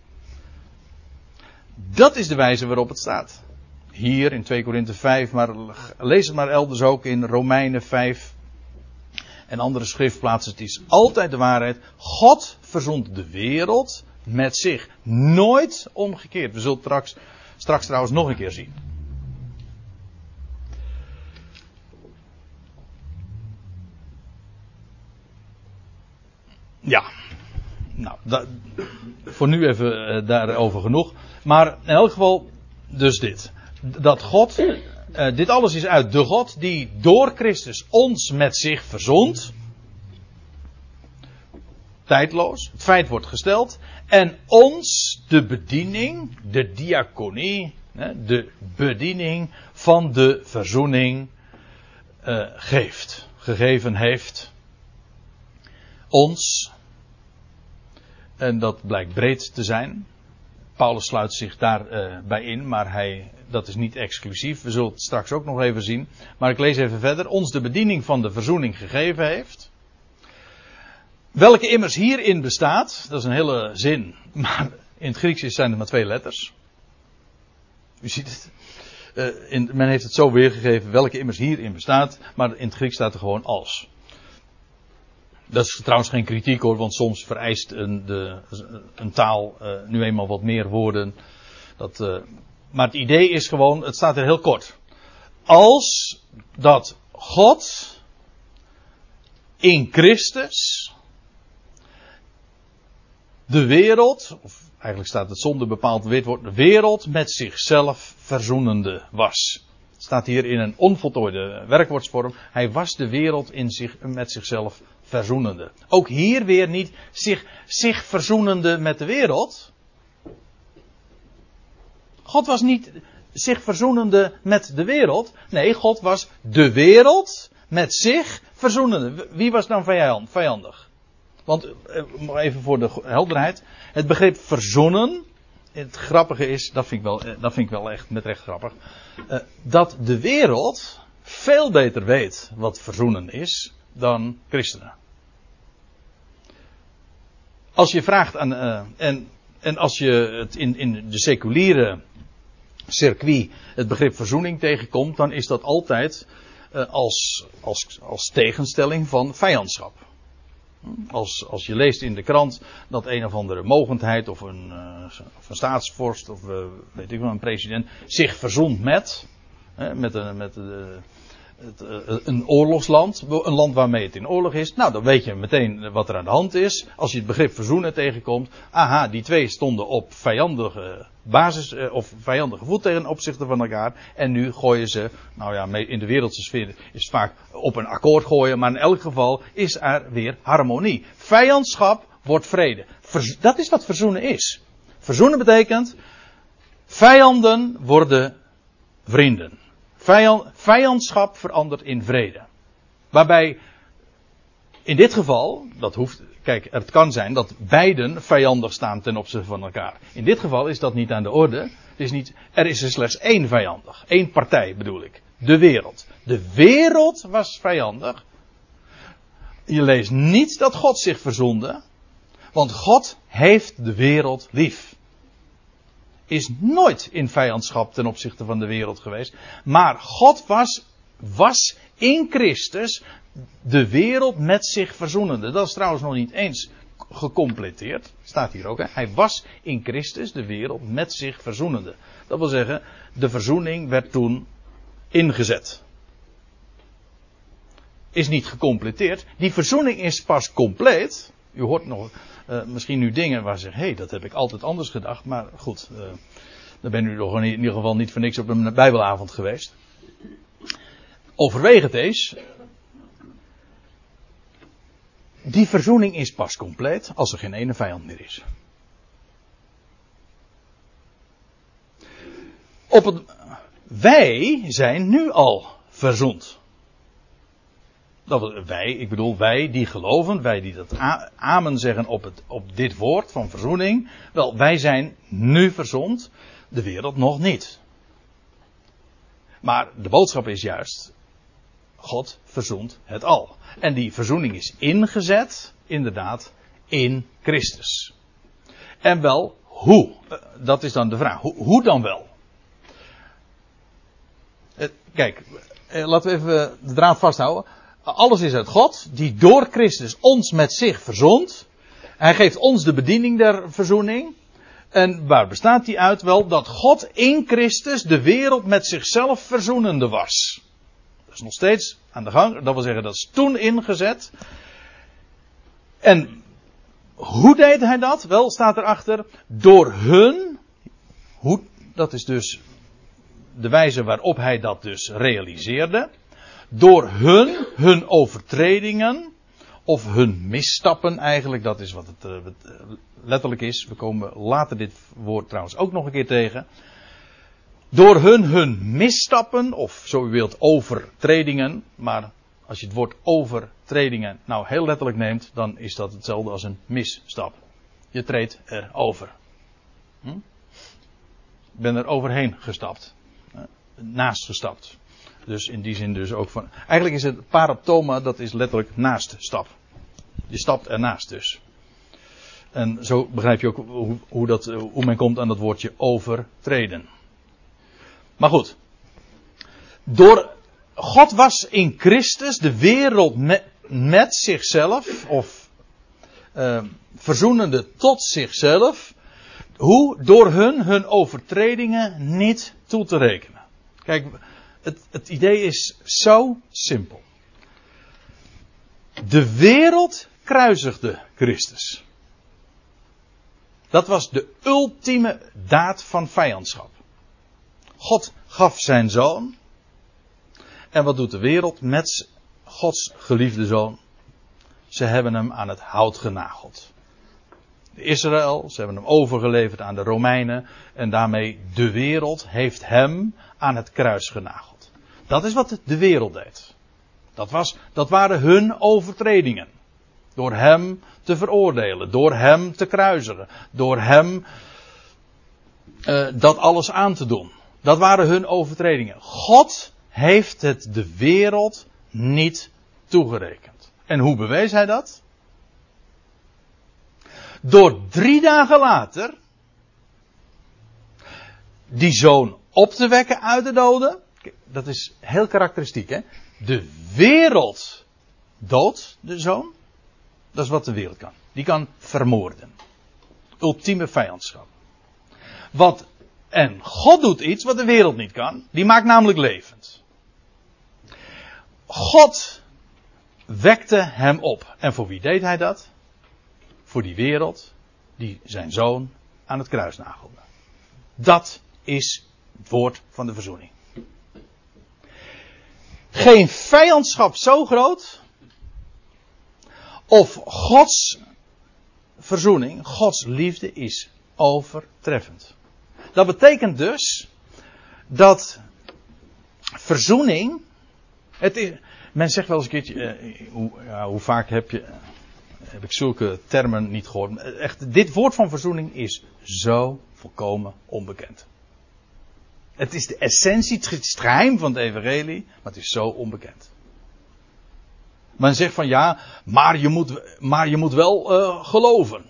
Dat is de wijze waarop het staat. Hier in twee Korinthe vijf, maar lees het maar elders ook in Romeinen vijf en andere schriftplaatsen. Het is altijd de waarheid. God verzond de wereld met zich. Nooit omgekeerd. We zullen het straks, straks trouwens nog een keer zien. Ja, nou, da, voor nu even uh, daarover genoeg. Maar in elk geval, dus dit. Dat God, uh, dit alles is uit de God die door Christus ons met zich verzond. Tijdloos. Het feit wordt gesteld. En ons de bediening, de diaconie, de bediening van de verzoening uh, geeft. Gegeven heeft. Ons. En dat blijkt breed te zijn. Paulus sluit zich daarbij uh, bij in, maar hij, dat is niet exclusief. We zullen het straks ook nog even zien. Maar ik lees even verder. Ons de bediening van de verzoening gegeven heeft. Welke immers hierin bestaat. Dat is een hele zin. Maar in het Grieks zijn er maar twee letters. U ziet het. Uh, in, men heeft het zo weergegeven. Welke immers hierin bestaat. Maar in het Grieks staat er gewoon als. Dat is trouwens geen kritiek hoor, want soms vereist een, de, een taal uh, nu eenmaal wat meer woorden. Dat, uh, maar het idee is gewoon, het staat er heel kort. Als dat God in Christus de wereld, of eigenlijk staat het zonder bepaald witwoord, de wereld met zichzelf verzoenende was. Het staat hier in een onvoltooide werkwoordsvorm. Hij was de wereld in zich, met zichzelf verzoenende. Ook hier weer niet zich, zich verzoenende met de wereld. God was niet zich verzoenende met de wereld. Nee, God was de wereld met zich verzoenende. Wie was dan vijand, vijandig? Want, even voor de helderheid. Het begrip verzoenen. Het grappige is, dat vind ik wel, dat vind ik wel echt met recht grappig. Uh, dat de wereld veel beter weet wat verzoenen is dan christenen. Als je vraagt aan, uh, en, en als je het in, in de seculiere circuit het begrip verzoening tegenkomt, dan is dat altijd uh, als, als, als tegenstelling van vijandschap. Als, als je leest in de krant dat een of andere mogendheid of een, uh, of een staatsvorst of uh, weet ik wel, een president zich verzoent met, uh, met, uh, met, uh, het, uh, een oorlogsland, een land waarmee het in oorlog is. Nou, dan weet je meteen wat er aan de hand is. Als je het begrip verzoenen tegenkomt. Aha, die twee stonden op vijandige basis, uh, of vijandige voet ten opzichte van elkaar. En nu gooien ze, nou ja, in de wereldse sfeer is het vaak op een akkoord gooien. Maar in elk geval is er weer harmonie. Vijandschap wordt vrede. Ver, dat is wat verzoenen is. Verzoenen betekent, vijanden worden vrienden. Vijand, vijandschap verandert in vrede. Waarbij, in dit geval, dat hoeft, kijk, het kan zijn dat beiden vijandig staan ten opzichte van elkaar. In dit geval is dat niet aan de orde. Het is niet, er is er slechts één vijandig. Één partij bedoel ik. De wereld. De wereld was vijandig. Je leest niet dat God zich verzoende. Want God heeft de wereld lief. Is nooit in vijandschap ten opzichte van de wereld geweest. Maar God was, was in Christus de wereld met zich verzoenende. Dat is trouwens nog niet eens gecompleteerd. Staat hier ook. Hè? Hij was in Christus de wereld met zich verzoenende. Dat wil zeggen, de verzoening werd toen ingezet. Is niet gecompleteerd. Die verzoening is pas compleet. U hoort nog uh, misschien nu dingen waar ze zeggen, hé, hey, dat heb ik altijd anders gedacht. Maar goed, uh, dan ben u nog in ieder geval niet voor niks op een bijbelavond geweest. Overweeg het eens. Die verzoening is pas compleet als er geen ene vijand meer is. Op het, wij zijn nu al verzoend. Dat wij, ik bedoel wij die geloven, wij die dat a- amen zeggen op, het, op dit woord van verzoening. Wel, wij zijn nu verzoend, de wereld nog niet. Maar de boodschap is juist, God verzoent het al. En die verzoening is ingezet, inderdaad, in Christus. En wel, hoe? Dat is dan de vraag. Hoe, hoe dan wel? Kijk, laten we even de draad vasthouden. Alles is uit God, die door Christus ons met zich verzoent. Hij geeft ons de bediening der verzoening. En waar bestaat die uit? Wel, dat God in Christus de wereld met zichzelf verzoenende was. Dat is nog steeds aan de gang. Dat wil zeggen, dat is toen ingezet. En hoe deed hij dat? Wel, staat erachter, door hun, hoe, dat is dus de wijze waarop hij dat dus realiseerde. Door hun, hun overtredingen, of hun misstappen eigenlijk, dat is wat het uh, letterlijk is. We komen later dit woord trouwens ook nog een keer tegen. Door hun, hun misstappen, of zo u wilt, overtredingen. Maar als je het woord overtredingen nou heel letterlijk neemt, dan is dat hetzelfde als een misstap. Je treedt er over. Hm? Ik ben er overheen gestapt. Uh, naast gestapt. Dus in die zin dus ook van... Eigenlijk is het paraptoma, dat is letterlijk naast stap. Je stapt ernaast dus. En zo begrijp je ook hoe, hoe, dat, hoe men komt aan dat woordje overtreden. Maar goed. Door... God was in Christus de wereld met, met zichzelf, of uh, verzoenende tot zichzelf. Hoe? Door hun, hun overtredingen niet toe te rekenen. Kijk... Het, het idee is zo simpel. De wereld kruisigde Christus. Dat was de ultieme daad van vijandschap. God gaf zijn zoon. En wat doet de wereld met Gods geliefde zoon? Ze hebben hem aan het hout genageld. Israël, ze hebben hem overgeleverd aan de Romeinen. En daarmee de wereld heeft hem aan het kruis genageld. Dat is wat de wereld deed. Dat, was, dat waren hun overtredingen. Door hem te veroordelen. Door hem te kruisigen. Door hem uh, dat alles aan te doen. Dat waren hun overtredingen. God heeft het de wereld niet toegerekend. En hoe bewees hij dat? Door drie dagen later die zoon op te wekken uit de doden. Dat is heel karakteristiek, hè. De wereld doodt de zoon. Dat is wat de wereld kan. Die kan vermoorden. Ultieme vijandschap. Wat, en God doet iets wat de wereld niet kan. Die maakt namelijk levend. God wekte hem op. En voor wie deed hij dat? Voor die wereld die zijn zoon aan het kruis nagelde. Dat is het woord van de verzoening. Geen vijandschap zo groot. Of Gods verzoening, Gods liefde is overtreffend. Dat betekent dus dat verzoening. Het is, men zegt wel eens een keertje. Eh, hoe, ja, hoe vaak heb, je, heb ik zulke termen niet gehoord. Echt, dit woord van verzoening is zo volkomen onbekend. Het is de essentie, het is het geheim van het evangelie, maar het is zo onbekend. Men zegt van ja, maar je moet, maar je moet wel uh, geloven.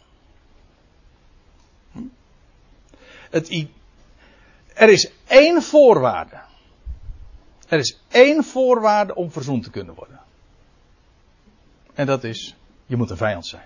Hm? Het, er is één voorwaarde. Er is één voorwaarde om verzoend te kunnen worden. En dat is, je moet een vijand zijn.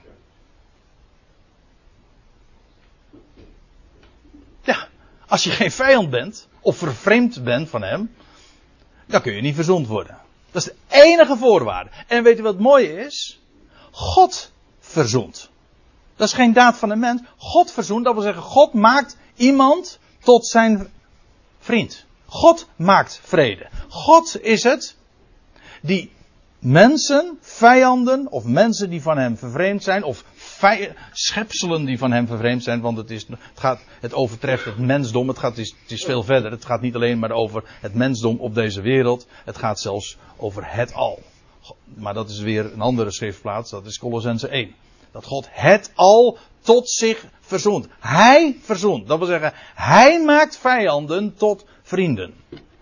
Ja, als je geen vijand bent, of vervreemd bent van hem, dan kun je niet verzoend worden. Dat is de enige voorwaarde. En weet u wat mooi is? God verzoent. Dat is geen daad van een mens. God verzoent, dat wil zeggen, God maakt iemand tot zijn vriend. God maakt vrede. God is het die mensen, vijanden of mensen die van hem vervreemd zijn, of vij- schepselen die van hem vervreemd zijn, want het, is, het, gaat, het overtreft het mensdom, het, gaat, het, is, het is veel verder. Het gaat niet alleen maar over het mensdom op deze wereld, het gaat zelfs over het al. Maar dat is weer een andere schriftplaats, dat is Kolossenzen één. Dat God het al tot zich verzoent. Hij verzoent, dat wil zeggen, hij maakt vijanden tot vrienden.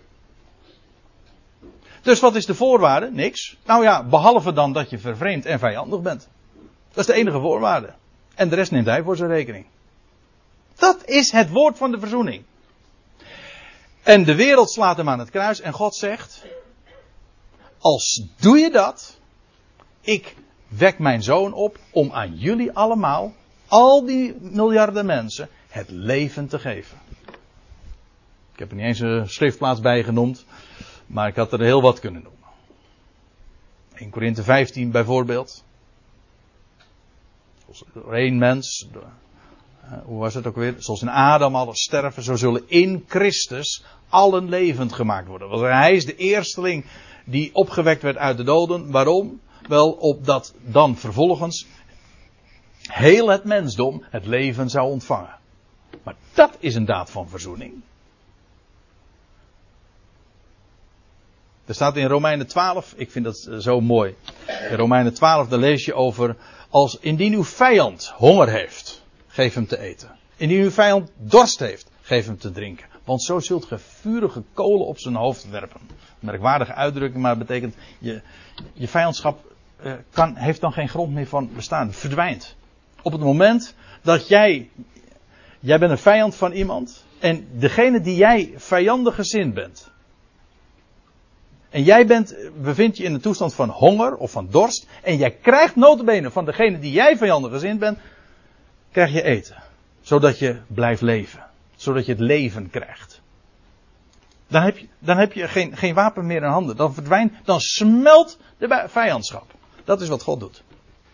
Dus wat is de voorwaarde? Niks. Nou ja, behalve dan dat je vervreemd en vijandig bent. Dat is de enige voorwaarde. En de rest neemt hij voor zijn rekening. Dat is het woord van de verzoening. En de wereld slaat hem aan het kruis en God zegt, als doe je dat, ik wek mijn zoon op om aan jullie allemaal, al die miljarden mensen, het leven te geven. Ik heb er niet eens een schriftplaats bij genoemd, maar ik had er heel wat kunnen noemen. In Korinthe vijftien bijvoorbeeld. Door één mens, door, uh, hoe was het ook weer? Zoals in Adam alle sterven, zo zullen in Christus allen levend gemaakt worden. Want hij is de eersteling die opgewekt werd uit de doden. Waarom? Wel, opdat dan vervolgens heel het mensdom het leven zou ontvangen. Maar dat is een daad van verzoening. Er staat in Romeinen twaalf, ik vind dat zo mooi. In Romeinen twaalf, daar lees je over, als indien uw vijand honger heeft, geef hem te eten. Indien uw vijand dorst heeft, geef hem te drinken. Want zo zult ge vurige kolen op zijn hoofd werpen. Merkwaardige uitdrukking, maar het betekent, je, je vijandschap uh, kan, heeft dan geen grond meer van bestaan. Verdwijnt. Op het moment dat jij, jij bent een vijand van iemand, en degene die jij vijandig gezind bent, en jij bent, bevindt je in een toestand van honger of van dorst. En jij krijgt nota bene van degene die jij vijandig gezind bent. Krijg je eten. Zodat je blijft leven. Zodat je het leven krijgt. Dan heb je, dan heb je geen, geen wapen meer in handen. Dan verdwijnt, dan smelt de vijandschap. Dat is wat God doet.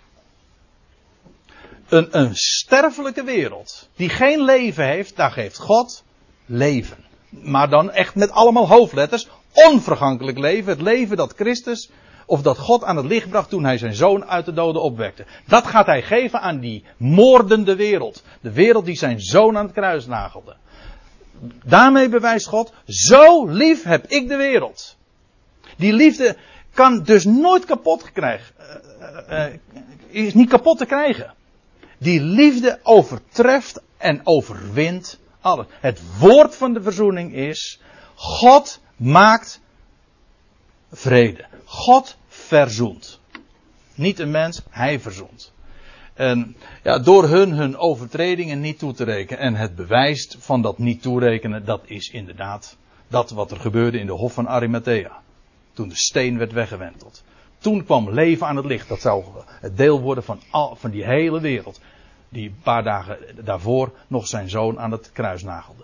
Een, een sterfelijke wereld. Die geen leven heeft. Daar geeft God leven. Maar dan echt met allemaal hoofdletters. Onvergankelijk leven. Het leven dat Christus, of dat God aan het licht bracht toen hij zijn zoon uit de doden opwekte. Dat gaat hij geven aan die moordende wereld. De wereld die zijn zoon aan het kruis nagelde. Daarmee bewijst God, zo lief heb ik de wereld. Die liefde kan dus nooit kapot krijgen. Uh, uh, is niet kapot te krijgen. Die liefde overtreft en overwint alles. Het woord van de verzoening is, God maakt vrede. God verzoent. Niet een mens, hij verzoent. En ja, door hun hun overtredingen niet toe te rekenen. En het bewijs van dat niet toerekenen, dat is inderdaad dat wat er gebeurde in de hof van Arimathea. Toen de steen werd weggewenteld. Toen kwam leven aan het licht. Dat zou het deel worden van, al, van die hele wereld. Die een paar dagen daarvoor nog zijn zoon aan het kruis nagelde.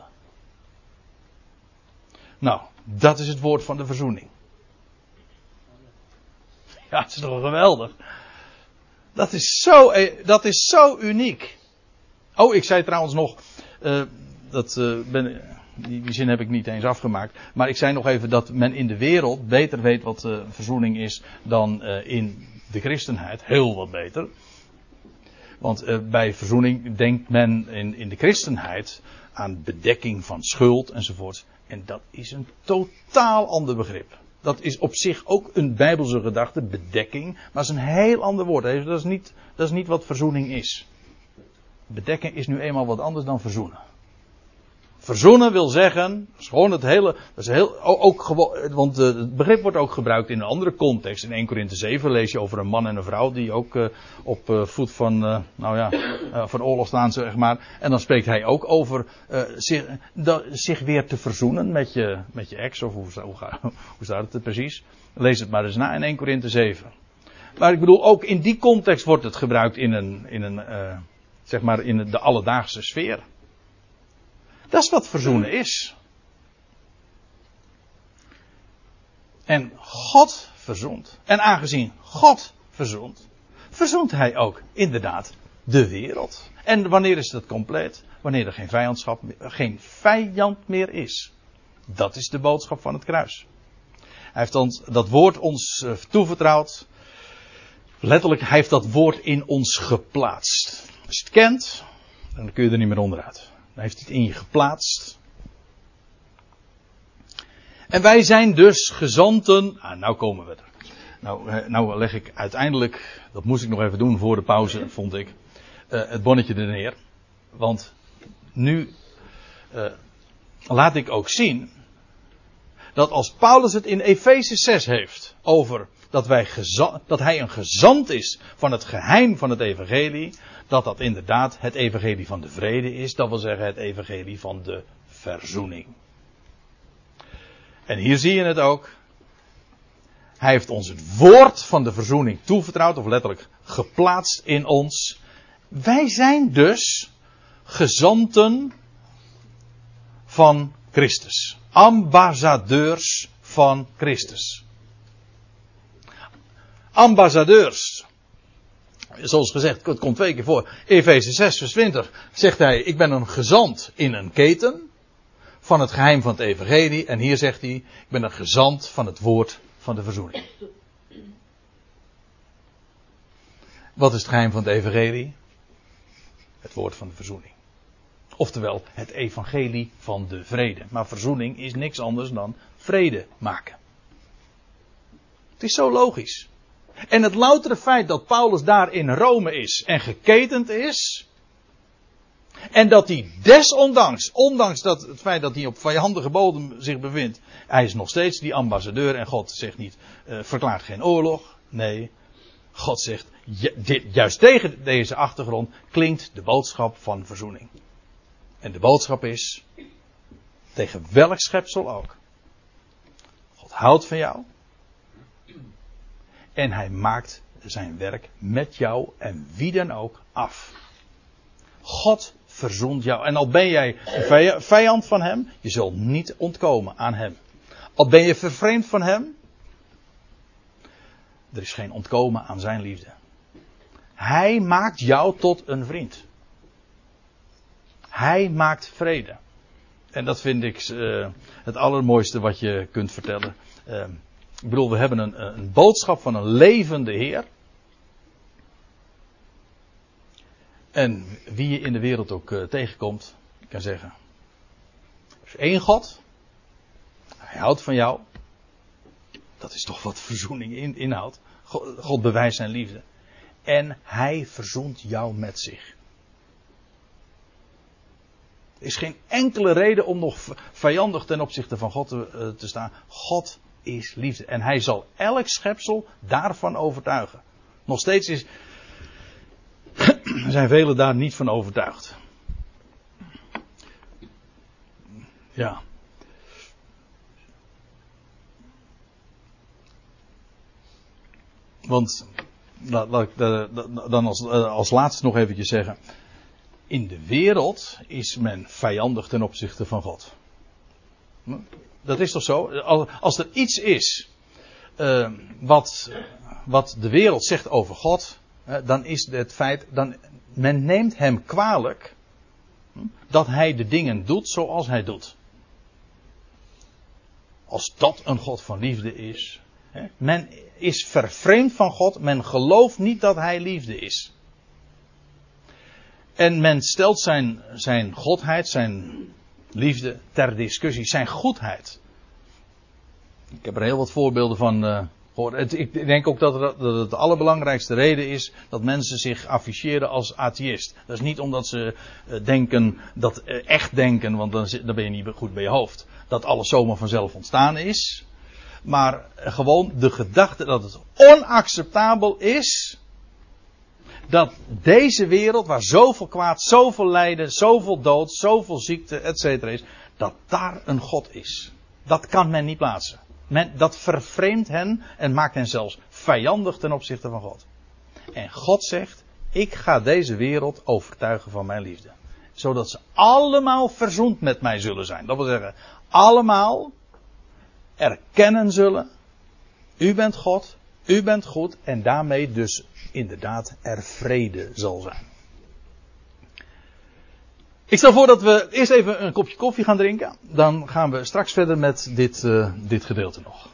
Nou, dat is het woord van de verzoening. Ja, het is toch geweldig. Dat is zo, dat is zo uniek. Oh, ik zei trouwens nog, uh, dat uh, ben, die, die zin heb ik niet eens afgemaakt. Maar ik zei nog even dat men in de wereld beter weet wat uh, verzoening is dan uh, in de christenheid. Heel wat beter. Want uh, bij verzoening denkt men in, in de christenheid aan bedekking van schuld enzovoort. En dat is een totaal ander begrip. Dat is op zich ook een bijbelse gedachte, bedekking. Maar dat is een heel ander woord. Dat is niet, dat is niet wat verzoening is. Bedekken is nu eenmaal wat anders dan verzoenen. Verzoenen wil zeggen, dat is gewoon het hele, dat is heel, ook gewoon, want het begrip wordt ook gebruikt in een andere context. In Eerste Korinthe zeven lees je over een man en een vrouw die ook uh, op uh, voet van, uh, nou ja, uh, van oorlog staan, zeg maar. En dan spreekt hij ook over uh, zich, da, zich weer te verzoenen met je, met je ex, of hoe, hoe, hoe staat het precies? Lees het maar eens na in Eerste Korinthe zeven. Maar ik bedoel, ook in die context wordt het gebruikt in een, in een, uh, zeg maar in de alledaagse sfeer. Dat is wat verzoenen is. En God verzoent. En aangezien God verzoent, verzoent hij ook inderdaad de wereld. En wanneer is dat compleet? Wanneer er geen vijandschap, geen vijand meer is. Dat is de boodschap van het kruis. Hij heeft ons dat woord ons toevertrouwd. Letterlijk, hij heeft dat woord in ons geplaatst. Als je het kent, dan kun je er niet meer onderuit. Dan heeft hij het in je geplaatst. En wij zijn dus gezanten. Ah, nou komen we er. Nou, nou leg ik uiteindelijk, dat moest ik nog even doen voor de pauze, vond ik, uh, het bonnetje er neer. Want nu uh, laat ik ook zien dat als Paulus het in Efeze zes heeft over dat, wij geza- dat hij een gezant is van het geheim van het evangelie, dat dat inderdaad het evangelie van de vrede is, dat wil zeggen het evangelie van de verzoening. En hier zie je het ook. Hij heeft ons het woord van de verzoening toevertrouwd, of letterlijk geplaatst in ons. Wij zijn dus gezanten van Christus. Ambassadeurs van Christus. Ambassadeurs. Zoals gezegd, het komt twee keer voor. Efeze zes vers twintig zegt hij, ik ben een gezant in een keten van het geheim van het evangelie. En hier zegt hij, ik ben een gezant van het woord van de verzoening. Wat is het geheim van het evangelie? Het woord van de verzoening. Oftewel, het evangelie van de vrede. Maar verzoening is niks anders dan vrede maken. Het is zo logisch. En het loutere feit dat Paulus daar in Rome is en geketend is. En dat hij desondanks, ondanks dat het feit dat hij op vijandige bodem zich bevindt, hij is nog steeds die ambassadeur en God zegt niet, uh, verklaart geen oorlog. Nee, God zegt, ju- dit, juist tegen deze achtergrond klinkt de boodschap van verzoening. En de boodschap is, tegen welk schepsel ook. God houdt van jou. En hij maakt zijn werk met jou en wie dan ook af. God verzoent jou. En al ben jij een vijand van hem, je zult niet ontkomen aan hem. Al ben je vervreemd van hem, er is geen ontkomen aan zijn liefde. Hij maakt jou tot een vriend. Hij maakt vrede. En dat vind ik uh, het allermooiste wat je kunt vertellen. Uh, ik bedoel, we hebben een, een boodschap van een levende Heer. En wie je in de wereld ook uh, tegenkomt, kan zeggen. Er is één God. Hij houdt van jou. Dat is toch wat verzoening in, inhoudt. God, God bewijst zijn liefde. En hij verzoent jou met zich. Er is geen enkele reden om nog vijandig ten opzichte van God te, uh, te staan. God is liefde. En hij zal elk schepsel daarvan overtuigen. Nog steeds is, zijn velen daar niet van overtuigd. Ja. Want, laat, laat ik dan als, als laatste nog eventjes zeggen. In de wereld is men vijandig ten opzichte van God. Dat is toch zo? Als er iets is uh, wat wat de wereld zegt over God, dan is het feit, dan, men neemt hem kwalijk dat hij de dingen doet zoals hij doet. Als dat een God van liefde is. Men is vervreemd van God, men gelooft niet dat hij liefde is. En men stelt zijn, zijn godheid, zijn liefde ter discussie, zijn goedheid. Ik heb er heel wat voorbeelden van uh, gehoord. Ik denk ook dat, er, dat het de allerbelangrijkste reden is dat mensen zich afficheren als atheïst. Dat is niet omdat ze uh, denken, dat uh, echt denken, want dan, dan ben je niet goed bij je hoofd. Dat alles zomaar vanzelf ontstaan is. Maar uh, gewoon de gedachte dat het onacceptabel is dat deze wereld, waar zoveel kwaad, zoveel lijden, zoveel dood, zoveel ziekte, et cetera is, dat daar een God is. Dat kan men niet plaatsen. Men, dat vervreemdt hen en maakt hen zelfs vijandig ten opzichte van God. En God zegt, ik ga deze wereld overtuigen van mijn liefde. Zodat ze allemaal verzoend met mij zullen zijn. Dat wil zeggen, allemaal erkennen zullen, u bent God, u bent goed en daarmee dus inderdaad er vrede zal zijn. Ik stel voor dat we eerst even een kopje koffie gaan drinken. Dan gaan we straks verder met dit, uh, dit gedeelte nog.